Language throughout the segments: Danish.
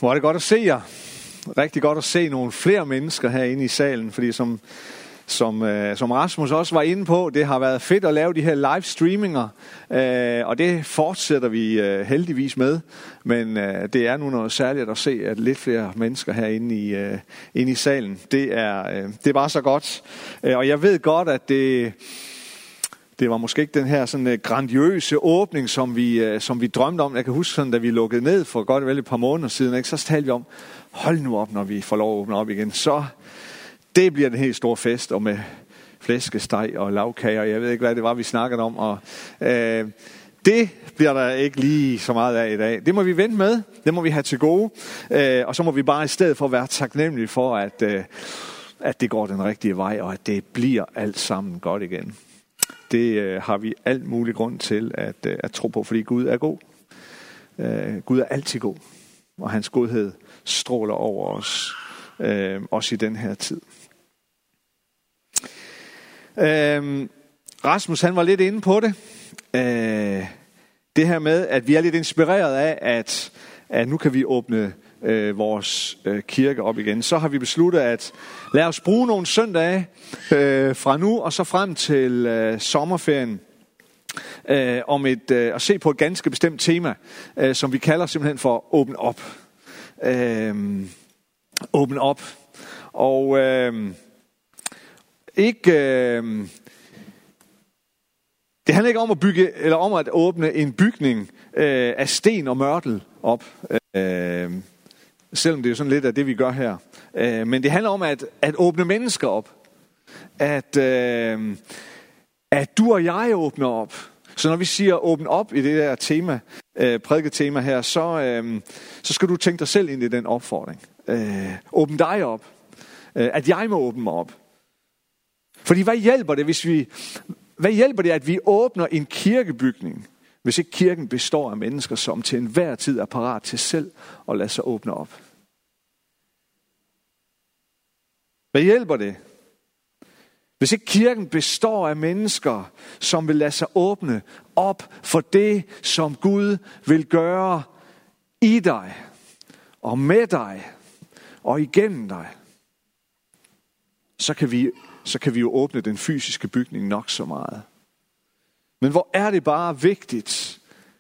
Hvor er det godt at se jer. Rigtig godt at se nogle flere mennesker herinde i salen, fordi som Rasmus også var inde på, det har været fedt at lave de her live streaminger, og det fortsætter vi heldigvis med, men det er nu noget særligt at se, at lidt flere mennesker herinde inde i salen. Det er bare så godt, og jeg ved godt, at det var måske ikke den her sådan grandiøse åbning, som vi drømte om. Jeg kan huske sådan, da vi lukkede ned for godt og vel et par måneder siden, ikke? Så talte vi om, hold nu op, når vi får lov at åbne op igen. Så det bliver en helt stor fest, og med flæskesteg og lavkager. Jeg ved ikke, hvad det var, vi snakkede om. Og det bliver der ikke lige så meget af i dag. Det må vi vente med. Det må vi have til gode. Og så må vi bare i stedet for være taknemmelige for, at det går den rigtige vej, og at det bliver alt sammen godt igen. Det har vi alt mulig grund til at tro på, fordi Gud er god. Gud er altid god, og hans godhed stråler over os, også i den her tid. Rasmus, han var lidt inde på det. Det her med, at vi er lidt inspireret af, at nu kan vi åbne vores kirke op igen. Så har vi besluttet at lade os bruge nogle søndage fra nu og så frem til sommerferien om at se på et ganske bestemt tema, som vi kalder simpelthen for åbne op. Åbne op. Og det handler ikke om at bygge eller om at åbne en bygning af sten og mørtel op. Selvom det er jo sådan lidt af det, vi gør her. Men det handler om at åbne mennesker op. At du og jeg åbner op. Så når vi siger åbne op i det der tema, prædiketema her, så skal du tænke dig selv ind i den opfordring. Åbne dig op. At jeg må åbne mig op. Fordi hvad hjælper det, at vi åbner en kirkebygning, hvis ikke kirken består af mennesker, som til enhver tid er parat til selv at lade sig åbne op? Hvad hjælper det, hvis ikke kirken består af mennesker, som vil lade sig åbne op for det, som Gud vil gøre i dig, og med dig, og igennem dig? Så kan vi jo åbne den fysiske bygning nok så meget. Men hvor er det bare vigtigt,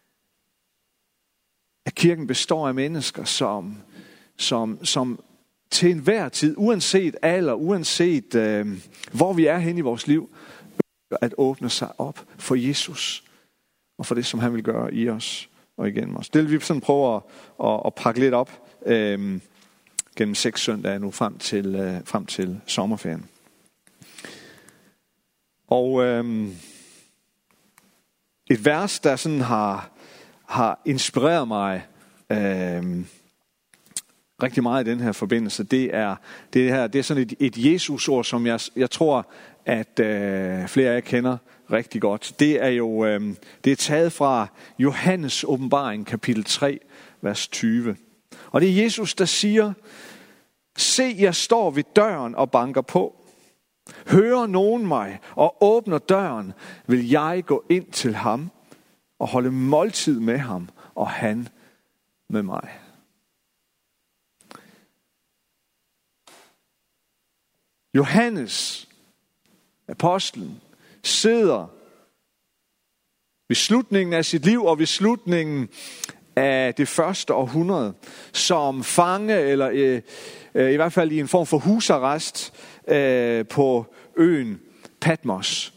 at kirken består af mennesker, som til enhver tid, uanset alder, uanset hvor vi er henne i vores liv, at åbne sig op for Jesus, og for det, som han vil gøre i os og igennem os. Det vil vi sådan prøve at pakke lidt op gennem 6 søndage nu frem til sommerferien. Og et vers, der sådan har inspireret mig rigtig meget i den her forbindelse, det er sådan et Jesus-ord, som jeg tror, at flere af jer kender rigtig godt. Det er taget fra Johannes åbenbaring, kapitel 3, vers 20. Og det er Jesus, der siger: se, jeg står ved døren og banker på. Hører nogen mig og åbner døren, vil jeg gå ind til ham og holde måltid med ham, og han med mig. Johannes, apostlen, sidder ved slutningen af sit liv og ved slutningen af det første århundrede som fange, eller i hvert fald i en form for husarrest på øen Patmos.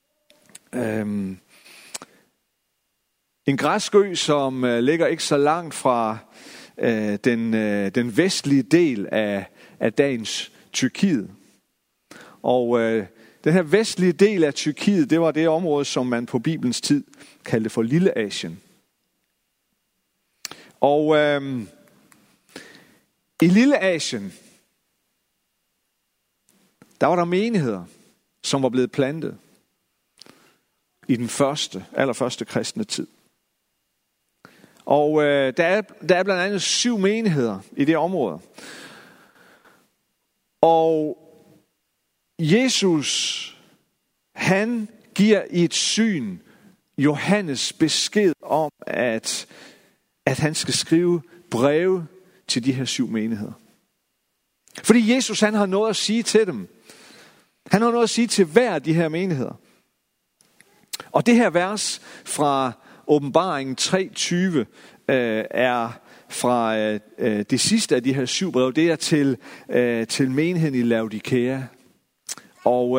En græsk ø, som ligger ikke så langt fra den vestlige del af dagens Tyrkiet. Og den her vestlige del af Tyrkiet, det var det område, som man på Bibelens tid kaldte for Lilleasien. Og i Lilleasien, der var der menigheder, som var blevet plantet i den allerførste kristne tid. Og der er blandt andet 7 menigheder i det område. Og Jesus, han giver i et syn Johannes besked om, at han skal skrive breve til de her 7 menigheder. Fordi Jesus, han har noget at sige til dem. Han har noget at sige til hver af de her menigheder. Og det her vers fra Åbenbaringen 3:20 er fra det sidste af de her 7 brev. Det er til menigheden i Laodikea. Og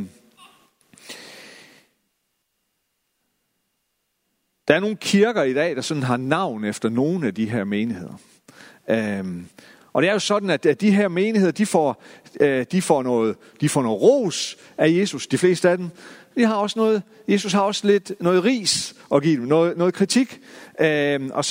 der er nogle kirker i dag, der sådan har navn efter nogle af de her menigheder. Og det er jo sådan, at de her menigheder, de får noget ros af Jesus, de fleste af dem. Jesus har også lidt noget ris at give dem, noget kritik. Og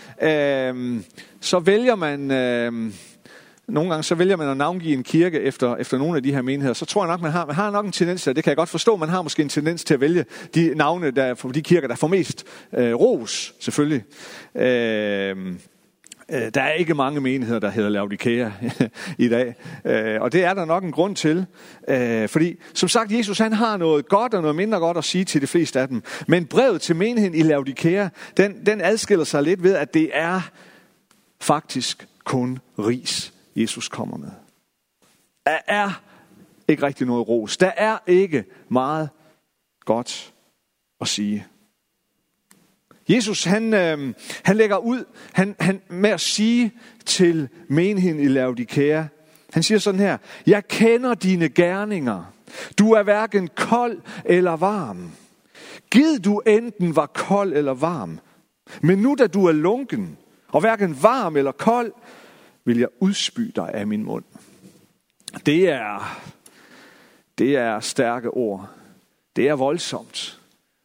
så vælger man, nogle gange så vælger man at navngive en kirke efter nogle af de her menigheder. Så tror jeg nok, man har nok en tendens til, det kan jeg godt forstå, man har måske en tendens til at vælge de navne, for de kirker, der får mest ros, selvfølgelig. Der er ikke mange menigheder, der hedder Laodikea i dag. Og det er der nok en grund til. Fordi, som sagt, Jesus han har noget godt og noget mindre godt at sige til de fleste af dem. Men brevet til menigheden i Laodikea, den adskiller sig lidt ved, at det er faktisk kun ris, Jesus kommer med. Der er ikke rigtig noget ros. Der er ikke meget godt at sige. Jesus, han lægger ud med at sige til menigheden i Laodikea. Han siger sådan her: jeg kender dine gerninger. Du er hverken kold eller varm. Gid du enten var kold eller varm. Men nu da du er lunken, og hverken varm eller kold, vil jeg udspy dig af min mund. Det er stærke ord. Det er voldsomt.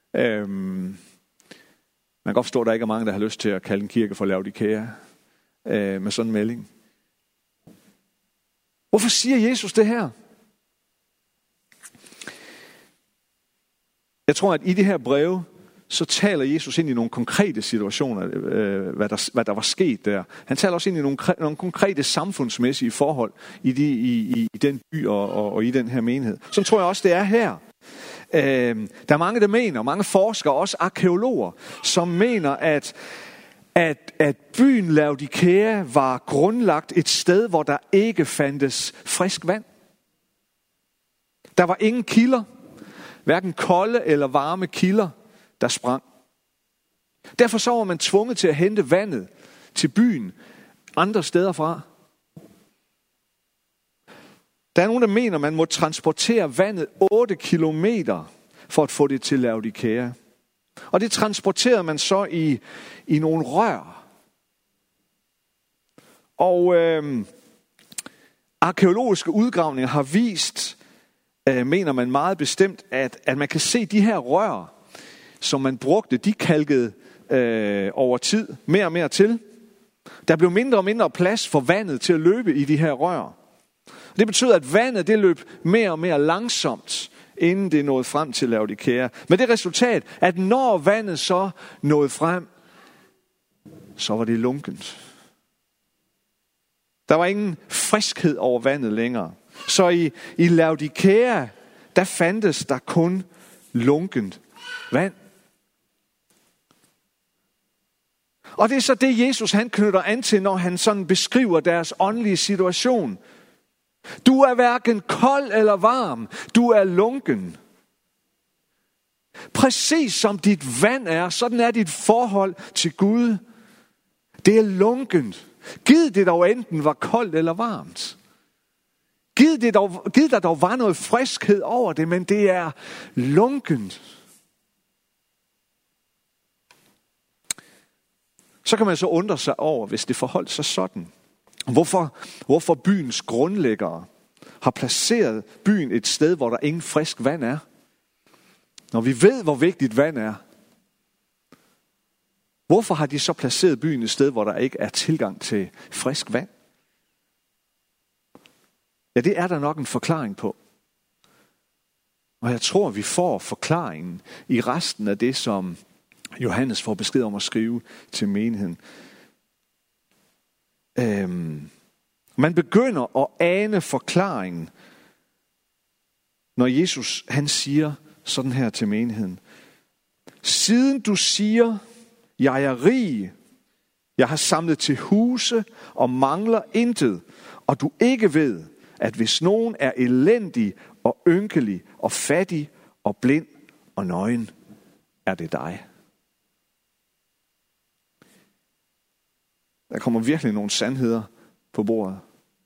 Man kan godt forstå, at der ikke er mange, der har lyst til at kalde en kirke for Laodikea med sådan en melding. Hvorfor siger Jesus det her? Jeg tror, at i det her breve, så taler Jesus ind i nogle konkrete situationer, hvad der var sket der. Han taler også ind i nogle konkrete samfundsmæssige forhold i den by og i den her menighed. Sådan tror jeg også, det er her. Der er mange, der mener, mange forskere, også arkæologer, som mener, at byen Laodikea var grundlagt et sted, hvor der ikke fandtes frisk vand. Der var ingen kilder, hverken kolde eller varme kilder, der sprang. Derfor så var man tvunget til at hente vandet til byen andre steder fra. Der er nogen, der mener, man må transportere vandet 8 kilometer for at få det til Laodikea. Og det transporterede man så i nogle rør. Og arkæologiske udgravninger har vist, mener man meget bestemt, at man kan se de her rør, som man brugte, de kalkede over tid mere og mere til. Der blev mindre og mindre plads for vandet til at løbe i de her rør. Det betyder, at vandet det løb mere og mere langsomt, inden det nåede frem til Laodikea. Men det resultat, at når vandet så nåede frem, så var det lunkent. Der var ingen friskhed over vandet længere. Så i Laodikea, der fandtes der kun lunkent vand. Og det er så det, Jesus han knytter an til, når han sådan beskriver deres åndelige situation. Du er hverken kold eller varm. Du er lunken. Præcis som dit vand er, sådan er dit forhold til Gud. Det er lunkent. Gid det dog enten var koldt eller varmt. Gid der dog var noget friskhed over det, men det er lunkent. Så kan man så undre sig over, hvis det forholdt sig sådan. Hvorfor byens grundlæggere har placeret byen et sted, hvor der ingen frisk vand er. Når vi ved, hvor vigtigt vand er. Hvorfor har de så placeret byen et sted, hvor der ikke er tilgang til frisk vand? Ja, det er der nok en forklaring på. Og jeg tror, vi får forklaringen i resten af det, som Johannes får besked om at skrive til menigheden. Man begynder at ane forklaringen, når Jesus han siger sådan her til menigheden. Siden du siger, jeg er rig, Jeg har samlet til huse og mangler intet, og du ikke ved, at hvis nogen er elendig og ynkelig og fattig og blind og nøgen, er det dig. Der kommer virkelig nogle sandheder på bordet.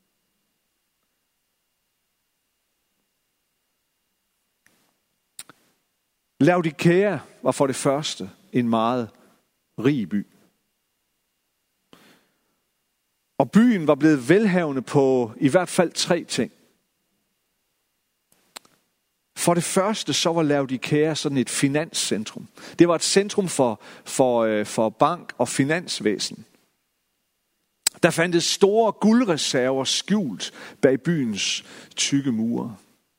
Laodikea var for det første en meget rig by. Og byen var blevet velhavende på i hvert fald 3 ting. For det første så var Laodikea sådan et finanscentrum. Det var et centrum for bank- og finansvæsen. Der fandtes store guldreserver skjult bag byens tykke mure.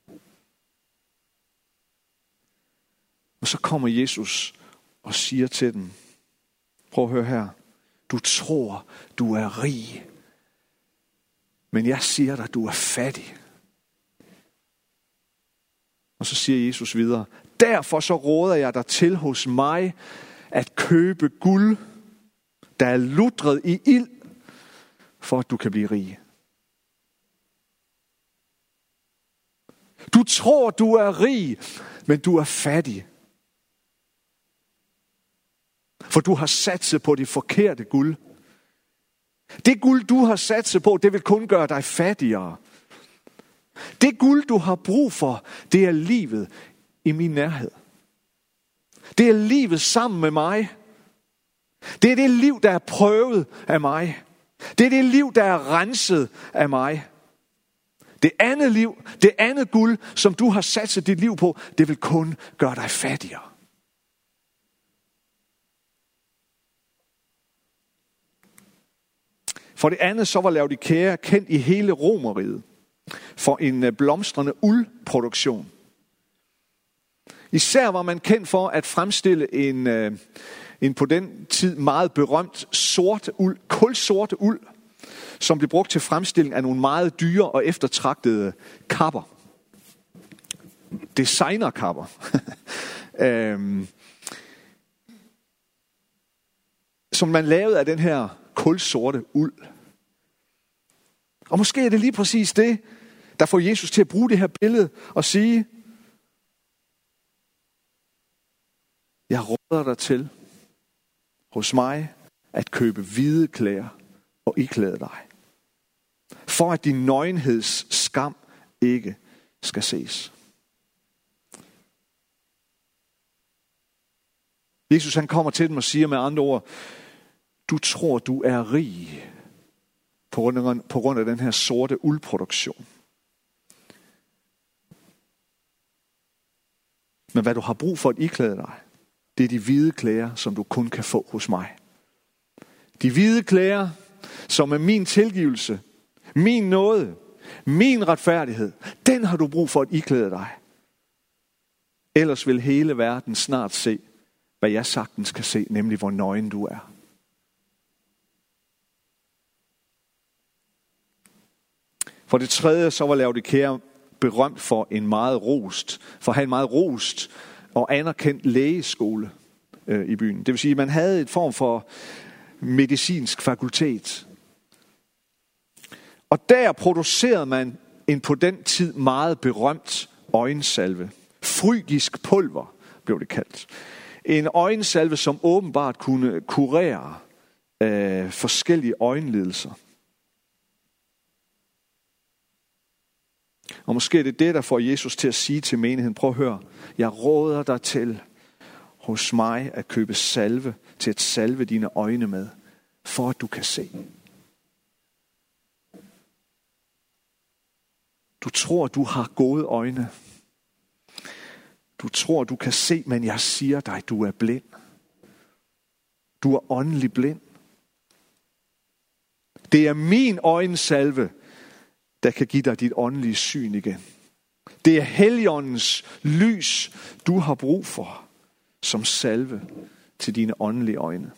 Og så kommer Jesus og siger til dem, prøv at høre her, du tror, du er rig, men jeg siger dig, du er fattig. Og så siger Jesus videre, derfor så råder jeg dig til hos mig at købe guld, der er lutret i ild, for at du kan blive rig. Du tror, du er rig, men du er fattig. For du har satset på det forkerte guld. Det guld, du har satset på, det vil kun gøre dig fattigere. Det guld, du har brug for, det er livet i min nærhed. Det er livet sammen med mig. Det er det liv, der er prøvet af mig. Det er det liv, der er renset af mig. Det andet liv, det andet guld, som du har satset dit liv på, det vil kun gøre dig fattigere. For det andet, så var Laodikea kendt i hele Romerriget for en blomstrende uldproduktion. Især var man kendt for at fremstille en på den tid meget berømt sorte uld, kulsorte uld, som blev brugt til fremstilling af nogle meget dyre og eftertragtede kapper. Designerkapper. Som man lavede af den her kulsorte uld. Og måske er det lige præcis det, der får Jesus til at bruge det her billede og sige, jeg råder dig til hos mig at købe hvide klæder og iklæde dig, for at din nøgenheds skam ikke skal ses. Jesus han kommer til dem og siger med andre ord, du tror du er rig på grund af den her sorte uldproduktion. Men hvad du har brug for at iklæde dig, det er de hvide klæder, som du kun kan få hos mig. De hvide klæder, som er min tilgivelse, min nåde, min retfærdighed, den har du brug for at iklæde dig. Ellers vil hele verden snart se, hvad jeg sagtens kan se, nemlig hvor nøgen du er. For det tredje, så var Laodikea berømt for at have en meget rost og anerkendt lægeskole i byen. Det vil sige, at man havde et form for medicinsk fakultet. Og der producerede man en på den tid meget berømt øjensalve. Frygisk pulver blev det kaldt. En øjensalve, som åbenbart kunne kurere forskellige øjenlidelser. Og måske er det det, der får Jesus til at sige til menigheden, prøv at høre, jeg råder dig til hos mig at købe salve til at salve dine øjne med, for at du kan se. Du tror, du har gode øjne. Du tror, du kan se, men jeg siger dig, du er blind. Du er åndelig blind. Det er min øjensalve, der kan give dig dit åndelige syn igen. Det er Helligåndens lys, du har brug for, som salve til dine åndelige øjne.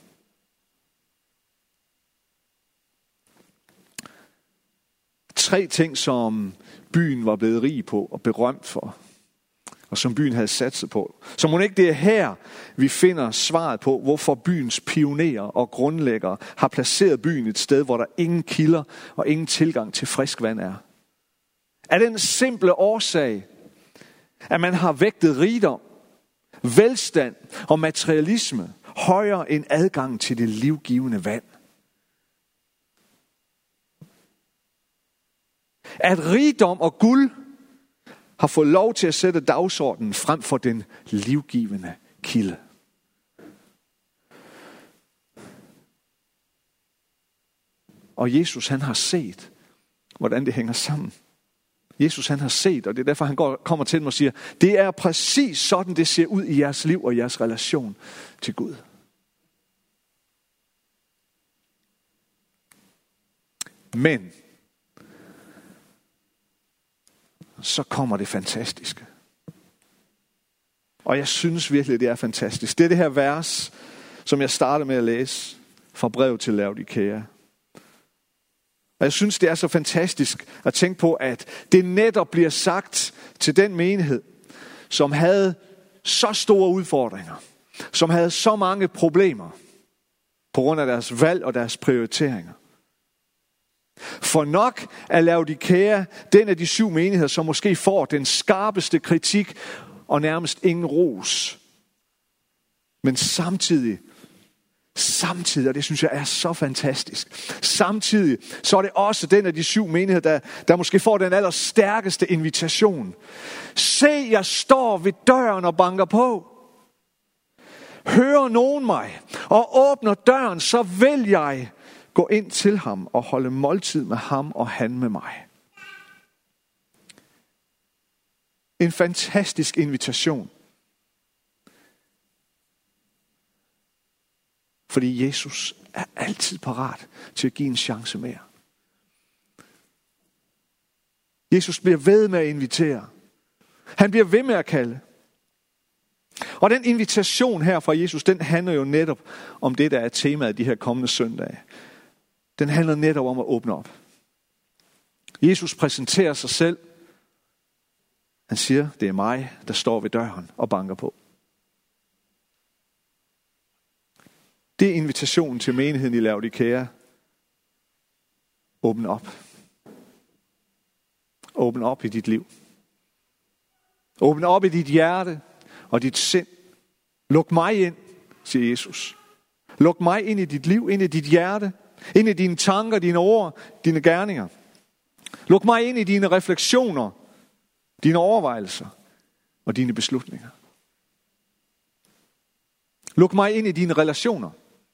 Tre ting, som byen var blevet rig på og berømt for. og som byen havde satset på. Så må ikke det er her, vi finder svaret på, hvorfor byens pionerer og grundlæggere har placeret byen et sted, hvor der ingen kilder og ingen tilgang til frisk vand er. Af den simple årsag, at man har vægtet rigdom, velstand og materialisme højere end adgang til det livgivende vand. At rigdom og guld har fået lov til at sætte dagsordenen frem for den livgivende kilde. Og Jesus, han har set, hvordan det hænger sammen. Jesus, han har set, og det er derfor, han kommer til dem og siger, det er præcis sådan, det ser ud i jeres liv og jeres relation til Gud. Men så kommer det fantastiske. Og jeg synes virkelig, det er fantastisk. Det er det her vers, som jeg starter med at læse fra brevet til Laodikea. Og jeg synes, det er så fantastisk at tænke på, at det netop bliver sagt til den menighed, som havde så store udfordringer, som havde så mange problemer på grund af deres valg og deres prioriteringer. For nok er Laodikea den af de 7 menigheder, som måske får den skarpeste kritik og nærmest ingen ros. Men samtidig, og det synes jeg er så fantastisk, samtidig så er det også den af de 7 menigheder, der måske får den allerstærkeste invitation. Se, jeg står ved døren og banker på. Hører nogen mig og åbner døren, så vil jeg gå ind til ham og holde måltid med ham og han med mig. En fantastisk invitation. Fordi Jesus er altid parat til at give en chance mere. Jesus bliver ved med at invitere. Han bliver ved med at kalde. Og den invitation her fra Jesus, den handler jo netop om det, der er temaet de her kommende søndage. Den handler netop om at åbne op. Jesus præsenterer sig selv. Han siger, det er mig, der står ved døren og banker på. Det er invitationen til menigheden i Laodikea. Åbn op. Åbn op i dit liv. Åbn op i dit hjerte og dit sind. Luk mig ind, siger Jesus. Luk mig ind i dit liv, ind i dit hjerte, ind i dine tanker, dine ord, dine gerninger. Luk mig ind i dine refleksioner, dine overvejelser og dine beslutninger. Luk mig ind i dine relationer.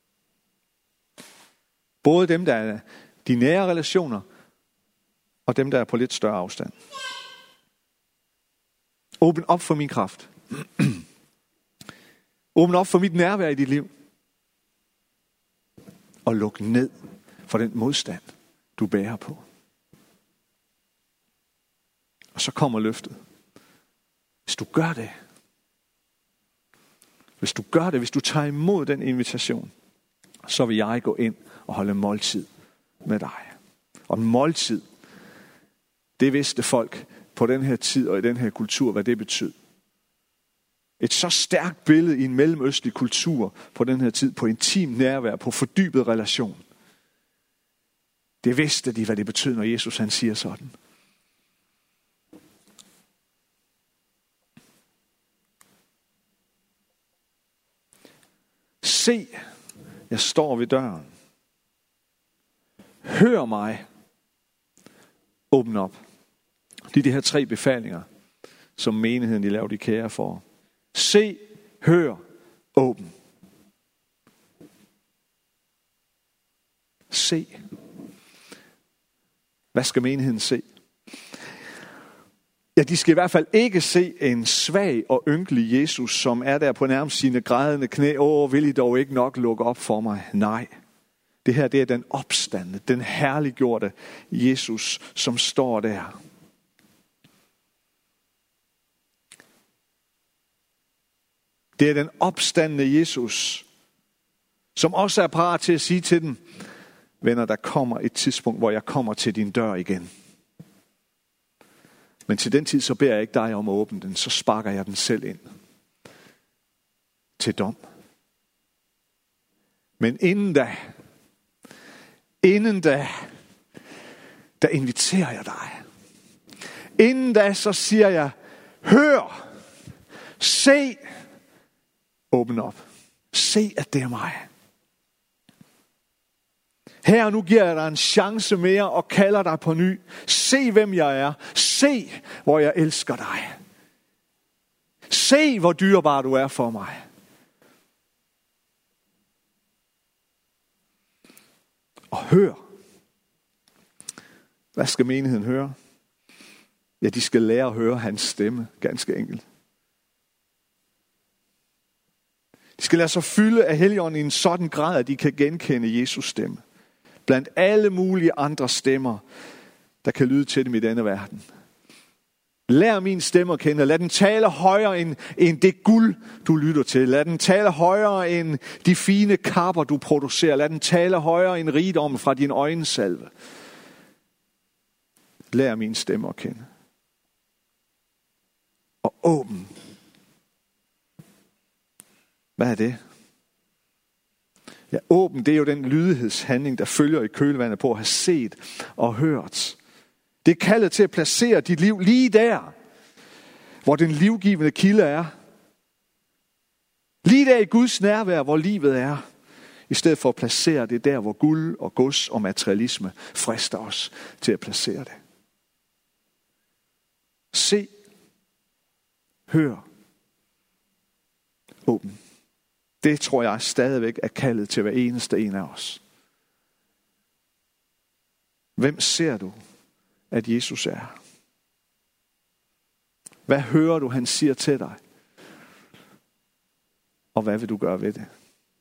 Både dem, der er de nære relationer, og dem, der er på lidt større afstand. Åbn op for min kraft. Åbn op for mit nærvær i dit liv. Og luk ned for den modstand, du bærer på. Og så kommer løftet. Hvis du gør det, hvis du tager imod den invitation, så vil jeg gå ind og holde måltid med dig. Og måltid, det vidste folk på den her tid og i den her kultur, hvad det betød. Et så stærkt billede i en mellemøstlig kultur på den her tid, på intim nærvær, på fordybet relation. Det vidste de, hvad det betød, når Jesus han siger sådan. Se, jeg står ved døren. Hør mig. Åbn op. Det er de her 3 befalinger, som menigheden i Laodikea får. Se, hør, åbn. Se. Hvad skal menigheden se? Ja, de skal i hvert fald ikke se en svag og ynkelig Jesus, som er der på nærmest sine grædende knæ. Vil I dog ikke nok lukke op for mig? Nej. Det her, det er den opstandne, den herliggjorte Jesus, som står der. Det er den opstandne Jesus, som også er parat til at sige til dem, venner, der kommer et tidspunkt, hvor jeg kommer til din dør igen. Men til den tid, så beder jeg ikke dig om at åbne den, så sparker jeg den selv ind til dom. Men inden da inviterer jeg dig. Inden da, så siger jeg, hør, se, åbn op. Se, at det er mig. Her nu giver jeg dig en chance mere og kalder dig på ny. Se, hvem jeg er. Se, hvor jeg elsker dig. Se, hvor dyrebar du er for mig. Og hør. Hvad skal menigheden høre? Ja, de skal lære at høre hans stemme, ganske enkelt. De skal lade sig fylde af Helligånden i en sådan grad, at de kan genkende Jesus stemme. Blandt alle mulige andre stemmer, der kan lyde til dem i denne verden. Lær min stemme at kende. Lad den tale højere end det guld, du lytter til. Lad den tale højere end de fine kapper, du producerer. Lad den tale højere end rigdommen fra din øjensalve. Lær min stemme at kende. Og åben. Hvad er det? Ja, åben, det er jo den lydighedshandling, der følger i kølvandet på at have set og hørt. Det er kaldet til at placere dit liv lige der, hvor den livgivende kilde er. Lige der i Guds nærvær, hvor livet er. I stedet for at placere det der, hvor guld og gods og materialisme frister os til at placere det. Se, hør, åben. Det tror jeg stadigvæk er kaldet til hver eneste en af os. Hvem ser du, at Jesus er? Hvad hører du, han siger til dig? Og hvad vil du gøre ved det?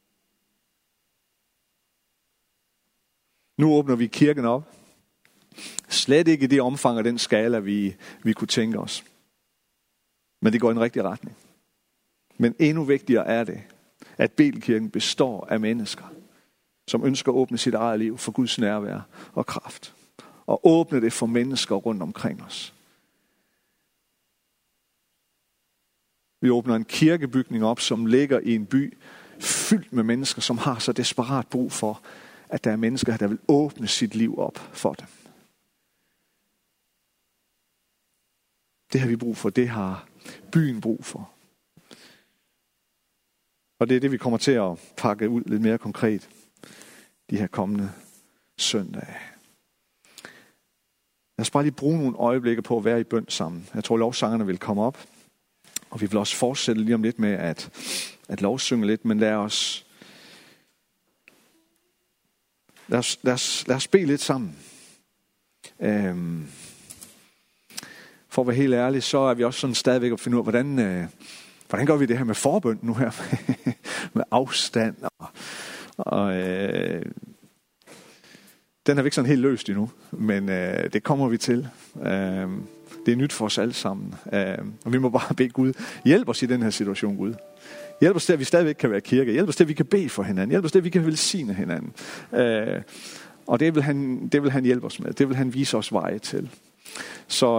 Nu åbner vi kirken op. Slet ikke i det omfang af den skala, vi kunne tænke os. Men det går i en rigtig retning. Men endnu vigtigere er det, at Betelkirken består af mennesker, som ønsker at åbne sit eget liv for Guds nærvær og kraft. Og åbne det for mennesker rundt omkring os. Vi åbner en kirkebygning op, som ligger i en by fyldt med mennesker, som har så desperat brug for, at der er mennesker, der vil åbne sit liv op for dem. Det har vi brug for, det har byen brug for. Og det er det, vi kommer til at pakke ud lidt mere konkret de her kommende søndage. Lad os bare lige bruge nogle øjeblikke på at være i bøn sammen. Jeg tror, lovsangerne vil komme op. Og vi vil også fortsætte lige om lidt med at lovsynge lidt. Men lad os bede lidt sammen. For at være helt ærlig, så er vi også sådan stadigvæk at finde ud af, hvordan gør vi det her med forbøn nu her? Med afstand. Den har vi ikke sådan helt løst endnu, men det kommer vi til. Det er nyt for os alle sammen. Og vi må bare bede Gud, hjælp os i den her situation, Gud. Hjælp os til, at vi stadigvæk kan være kirke. Hjælp os til, at vi kan bede for hinanden. Hjælp os til, at vi kan velsigne hinanden. Og det vil han hjælpe os med. Det vil han vise os veje til. Så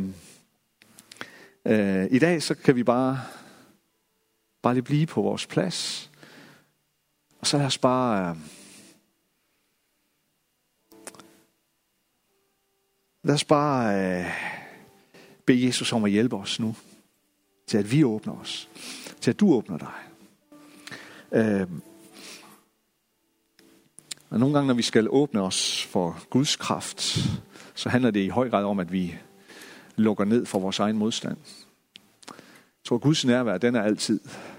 i dag, så kan vi bare lige blive på vores plads. Og så lad os bare bede Jesus om at hjælpe os nu. Til at vi åbner os. Til at du åbner dig. Og nogle gange, når vi skal åbne os for Guds kraft, så handler det i høj grad om, at vi lukker ned for vores egen modstand. Jeg tror, Guds nærvær, den er altid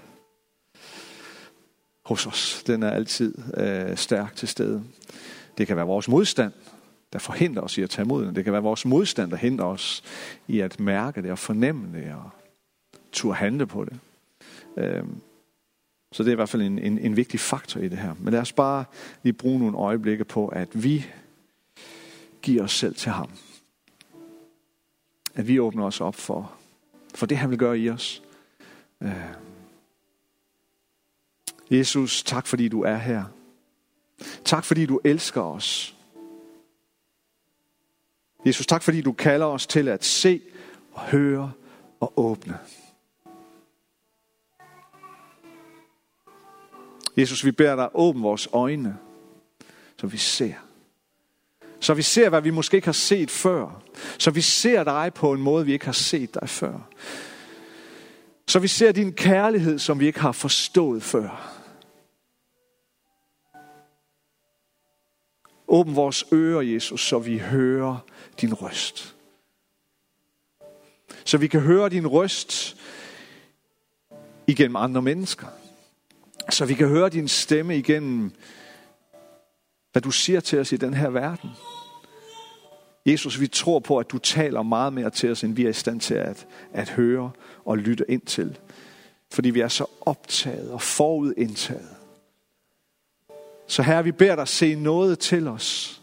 hos os. Den er altid stærk til stede. Det kan være vores modstand, der forhindrer os i at tage imod det. Det kan være vores modstand, der hindrer os i at mærke det og fornemme det og turde handle på det. Så det er i hvert fald en vigtig faktor i det her. Men lad os bare lige bruge nogle øjeblikke på, at vi giver os selv til ham. At vi åbner os op for det, han vil gøre i os. Jesus, tak fordi du er her. Tak fordi du elsker os. Jesus, tak fordi du kalder os til at se og høre og åbne. Jesus, vi beder dig, åbne vores øjne, så vi ser. Så vi ser, hvad vi måske ikke har set før. Så vi ser dig på en måde, vi ikke har set dig før. Så vi ser din kærlighed, som vi ikke har forstået før. Åbn vores ører, Jesus, så vi hører din røst. Så vi kan høre din røst igennem andre mennesker. Så vi kan høre din stemme igennem, hvad du siger til os i den her verden. Jesus, vi tror på, at du taler meget mere til os, end vi er i stand til at høre og lytte ind til. Fordi vi er så optaget og forudindtaget. Så Herre, vi beder dig se noget til os.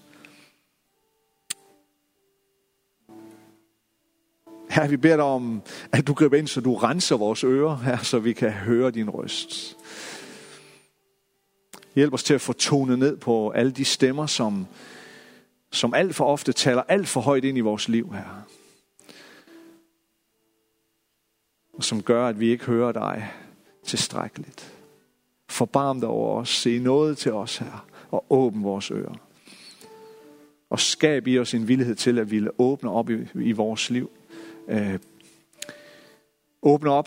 Herre, vi beder dig om, at du griber ind, så du renser vores ører, her, så vi kan høre din røst. Hjælp os til at få tonet ned på alle de stemmer, som alt for ofte taler alt for højt ind i vores liv, Herre. Og som gør, at vi ikke hører dig tilstrækkeligt. Forbarm dig over os, se noget til os, Herre, og åbn vores ører. Og skab i os en villighed til, at vi vil åbne op i vores liv. Åbne op,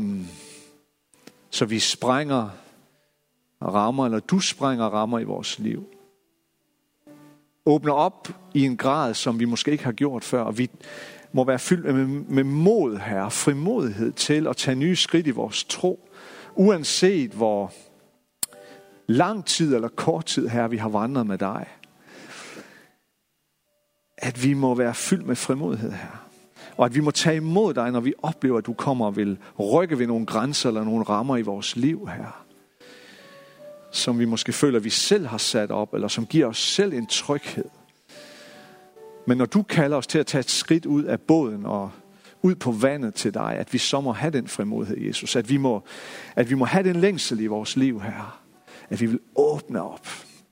så vi sprænger rammer, eller du sprænger rammer i vores liv. Åbne op i en grad, som vi måske ikke har gjort før, og vi må være fyldt med mod, Herre, frimodighed til at tage nye skridt i vores tro, uanset hvor lang tid eller kort tid, Herre, vi har vandret med dig. At vi må være fyldt med frimodighed, Herre. Og at vi må tage imod dig, når vi oplever, at du kommer og vil rykke ved nogle grænser eller nogle rammer i vores liv, Herre. Som vi måske føler, at vi selv har sat op, eller som giver os selv en tryghed. Men når du kalder os til at tage et skridt ud af båden og ud på vandet til dig, at vi så må have den frimodighed, Jesus. At vi må have den længsel i vores liv, Herre. At vi vil åbne op.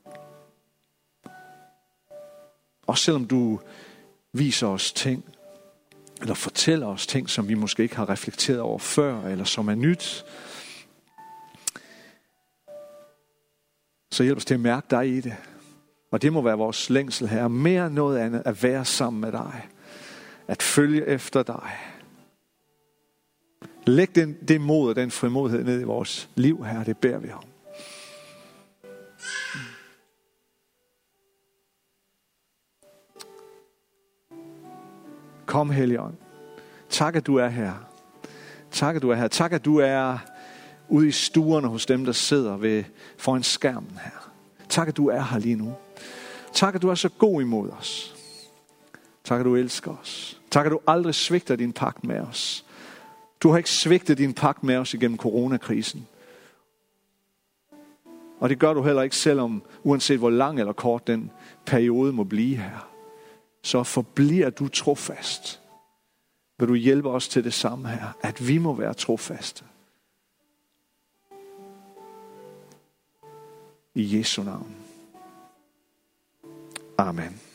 Også selvom du viser os ting, eller fortæller os ting, som vi måske ikke har reflekteret over før, eller som er nyt. Så hjælp os til at mærke dig i det. Og det må være vores længsel her. Mere end noget andet at være sammen med dig. At følge efter dig. Læg det mod og den frimodighed ned i vores liv her. Det beder vi om. Kom, Helligånd. Tak, at du er her. Tak, at du er her. Tak, at du er ude i stuerne hos dem, der sidder foran skærmen her. Tak, at du er her lige nu. Tak, at du er så god imod os. Tak, at du elsker os. Tak, at du aldrig svigter din pagt med os. Du har ikke svigtet din pagt med os igennem coronakrisen. Og det gør du heller ikke, selvom uanset hvor lang eller kort den periode må blive her. Så forbliver du trofast. Vil du hjælpe os til det samme her, at vi må være trofaste. I Jesu navn. Amen.